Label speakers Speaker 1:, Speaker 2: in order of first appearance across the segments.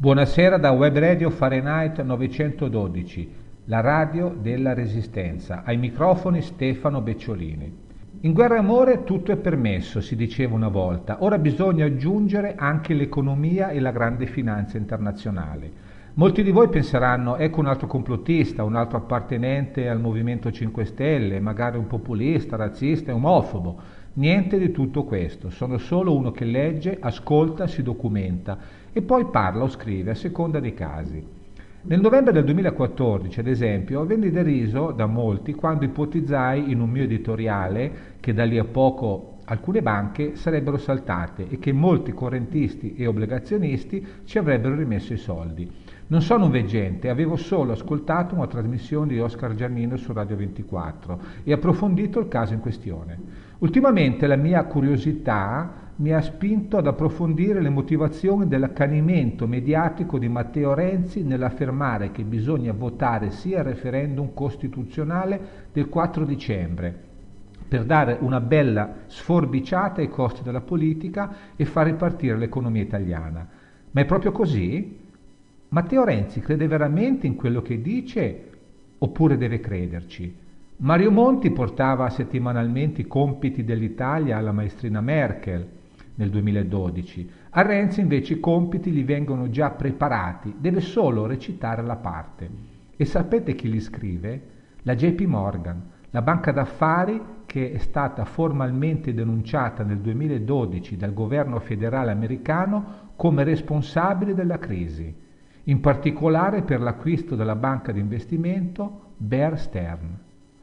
Speaker 1: Buonasera da Web Radio Fahrenheit 912, la radio della Resistenza. Ai microfoni Stefano Becciolini. In guerra e amore tutto è permesso, si diceva una volta. Ora bisogna aggiungere anche l'economia e la grande finanza internazionale. Molti di voi penseranno, ecco un altro complottista, un altro appartenente al Movimento 5 Stelle, magari un populista, razzista e omofobo. Niente di tutto questo, sono solo uno che legge, ascolta, si documenta e poi parla o scrive a seconda dei casi. Nel novembre del 2014, ad esempio, venni deriso da molti quando ipotizzai in un mio editoriale che da lì a poco alcune banche sarebbero saltate e che molti correntisti e obbligazionisti ci avrebbero rimesso i soldi. Non sono un veggente, avevo solo ascoltato una trasmissione di Oscar Giannino su Radio 24 e approfondito il caso in questione. Ultimamente la mia curiosità mi ha spinto ad approfondire le motivazioni dell'accanimento mediatico di Matteo Renzi nell'affermare che bisogna votare sia il referendum costituzionale del 4 dicembre per dare una bella sforbiciata ai costi della politica e far ripartire l'economia italiana. Ma è proprio così? Matteo Renzi crede veramente in quello che dice oppure deve crederci? Mario Monti portava settimanalmente i compiti dell'Italia alla maestrina Merkel nel 2012. A Renzi invece i compiti gli vengono già preparati, deve solo recitare la parte. E sapete chi li scrive? La JP Morgan, la banca d'affari che è stata formalmente denunciata nel 2012 dal governo federale americano come responsabile della crisi, in particolare per l'acquisto della banca di investimento Bear Stearns.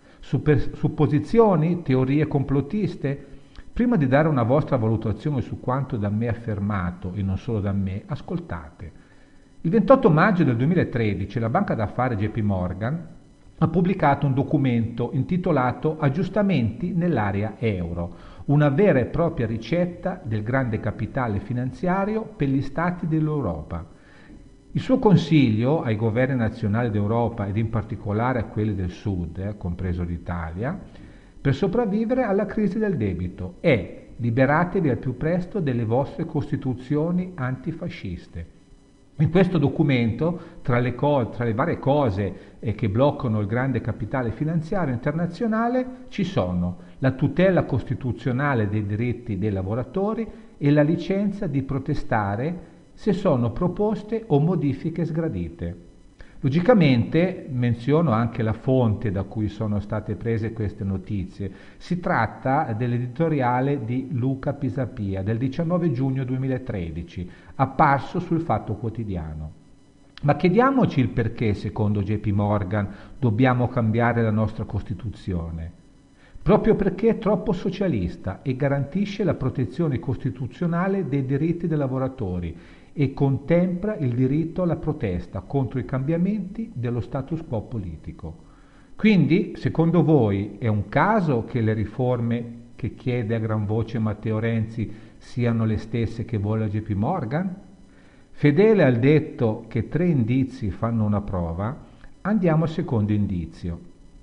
Speaker 1: Supposizioni, teorie complottiste? Prima di dare una vostra valutazione su quanto da me affermato, e non solo da me, ascoltate. Il 28 maggio del 2013 la banca d'affari JP Morgan ha pubblicato un documento intitolato Aggiustamenti nell'area euro, una vera e propria ricetta del grande capitale finanziario per gli stati dell'Europa. Il suo consiglio ai governi nazionali d'Europa ed in particolare a quelli del Sud, compreso l'Italia, per sopravvivere alla crisi del debito è liberatevi al più presto delle vostre costituzioni antifasciste. In questo documento, tra le varie cose che bloccano il grande capitale finanziario internazionale, ci sono la tutela costituzionale dei diritti dei lavoratori e la licenza di protestare se sono proposte o modifiche sgradite. Logicamente menziono anche la fonte da cui sono state prese queste notizie. Si tratta dell'editoriale di Luca Pisapia del 19 giugno 2013, apparso sul Fatto Quotidiano. Ma chiediamoci il perché, secondo JP Morgan, dobbiamo cambiare la nostra Costituzione. Proprio perché è troppo socialista e garantisce la protezione costituzionale dei diritti dei lavoratori e contempla il diritto alla protesta contro i cambiamenti dello status quo politico. Quindi, secondo voi, è un caso che le riforme che chiede a gran voce Matteo Renzi siano le stesse che vuole la JP Morgan? Fedele al detto che 3 indizi fanno una prova, andiamo al secondo indizio.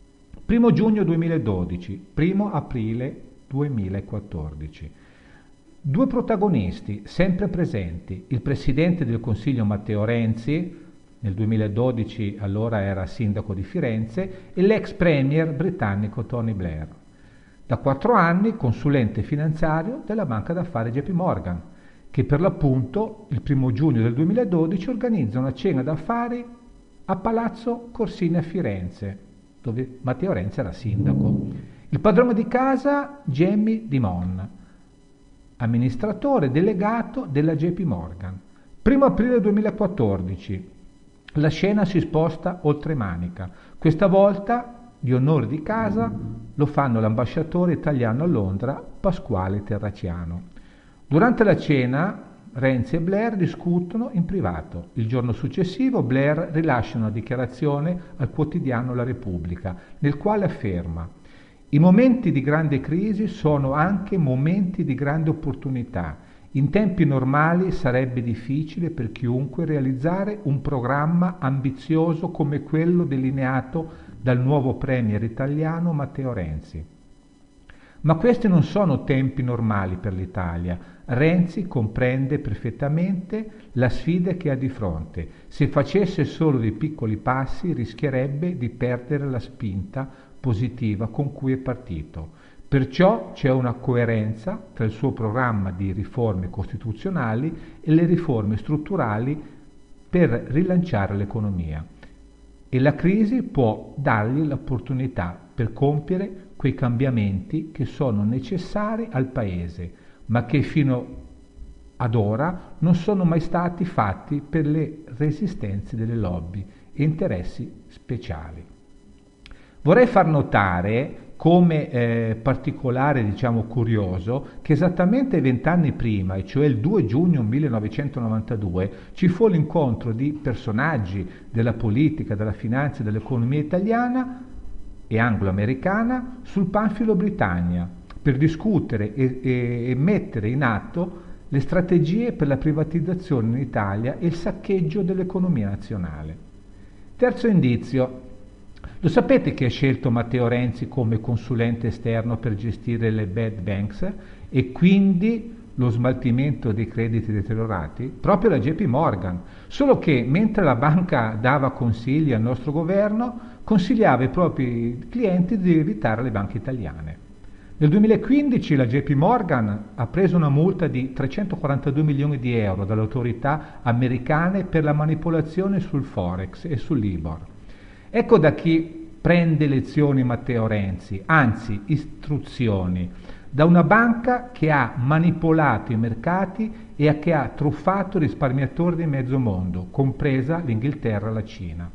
Speaker 1: 1 giugno 2012, 1 aprile 2014. 2 protagonisti sempre presenti, il presidente del Consiglio Matteo Renzi, nel 2012 allora era sindaco di Firenze, e l'ex premier britannico Tony Blair. Da 4 anni consulente finanziario della banca d'affari JP Morgan, che per l'appunto il 1 giugno del 2012 organizza una cena d'affari a Palazzo Corsini a Firenze, dove Matteo Renzi era sindaco. Il padrone di casa Jamie Dimon, amministratore delegato della JP Morgan. 1 aprile 2014, la scena si sposta oltre Manica. Questa volta gli onori di casa lo fanno l'ambasciatore italiano a Londra, Pasquale Terraciano. Durante la cena Renzi e Blair discutono in privato. Il giorno successivo Blair rilascia una dichiarazione al quotidiano La Repubblica, nel quale afferma: i momenti di grande crisi sono anche momenti di grande opportunità. In tempi normali sarebbe difficile per chiunque realizzare un programma ambizioso come quello delineato dal nuovo premier italiano Matteo Renzi. Ma questi non sono tempi normali per l'Italia. Renzi comprende perfettamente la sfida che ha di fronte. Se facesse solo dei piccoli passi rischierebbe di perdere la spinta positiva con cui è partito. Perciò c'è una coerenza tra il suo programma di riforme costituzionali e le riforme strutturali per rilanciare l'economia. E la crisi può dargli l'opportunità per compiere quei cambiamenti che sono necessari al Paese, ma che fino ad ora non sono mai stati fatti per le resistenze delle lobby e interessi speciali. Vorrei far notare come particolare, diciamo, curioso, che esattamente 20 anni prima, e cioè il 2 giugno 1992, ci fu l'incontro di personaggi della politica, della finanza e dell'economia italiana e anglo-americana sul Panfilo Britannia per discutere e mettere in atto le strategie per la privatizzazione in Italia e il saccheggio dell'economia nazionale. Terzo indizio. Lo sapete che ha scelto Matteo Renzi come consulente esterno per gestire le bad banks e quindi lo smaltimento dei crediti deteriorati? Proprio la JP Morgan. Solo che mentre la banca dava consigli al nostro governo, consigliava ai propri clienti di evitare le banche italiane. Nel 2015 la JP Morgan ha preso una multa di 342 milioni di euro dalle autorità americane per la manipolazione sul Forex e sull'Ibor. Ecco da chi prende lezioni Matteo Renzi, anzi istruzioni, da una banca che ha manipolato i mercati e che ha truffato i risparmiatori di mezzo mondo, compresa l'Inghilterra e la Cina.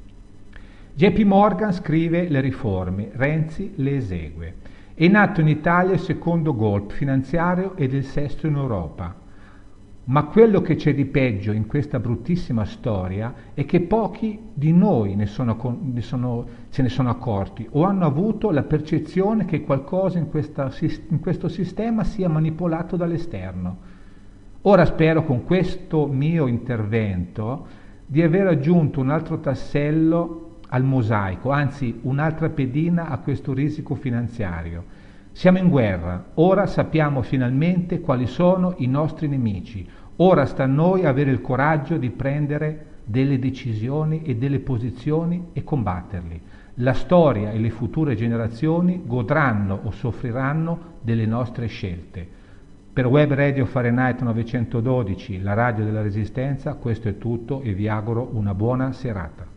Speaker 1: JP Morgan scrive le riforme, Renzi le esegue. È nato in Italia il secondo golpe finanziario ed il sesto in Europa. Ma quello che c'è di peggio in questa bruttissima storia è che pochi di noi se ne sono accorti o hanno avuto la percezione che qualcosa in questo sistema sia manipolato dall'esterno. Ora spero con questo mio intervento di aver aggiunto un altro tassello al mosaico, anzi un'altra pedina a questo risico finanziario. Siamo in guerra, ora sappiamo finalmente quali sono i nostri nemici, ora sta a noi avere il coraggio di prendere delle decisioni e delle posizioni e combatterli. La storia e le future generazioni godranno o soffriranno delle nostre scelte. Per Web Radio Fahrenheit 912, la radio della Resistenza, questo è tutto e vi auguro una buona serata.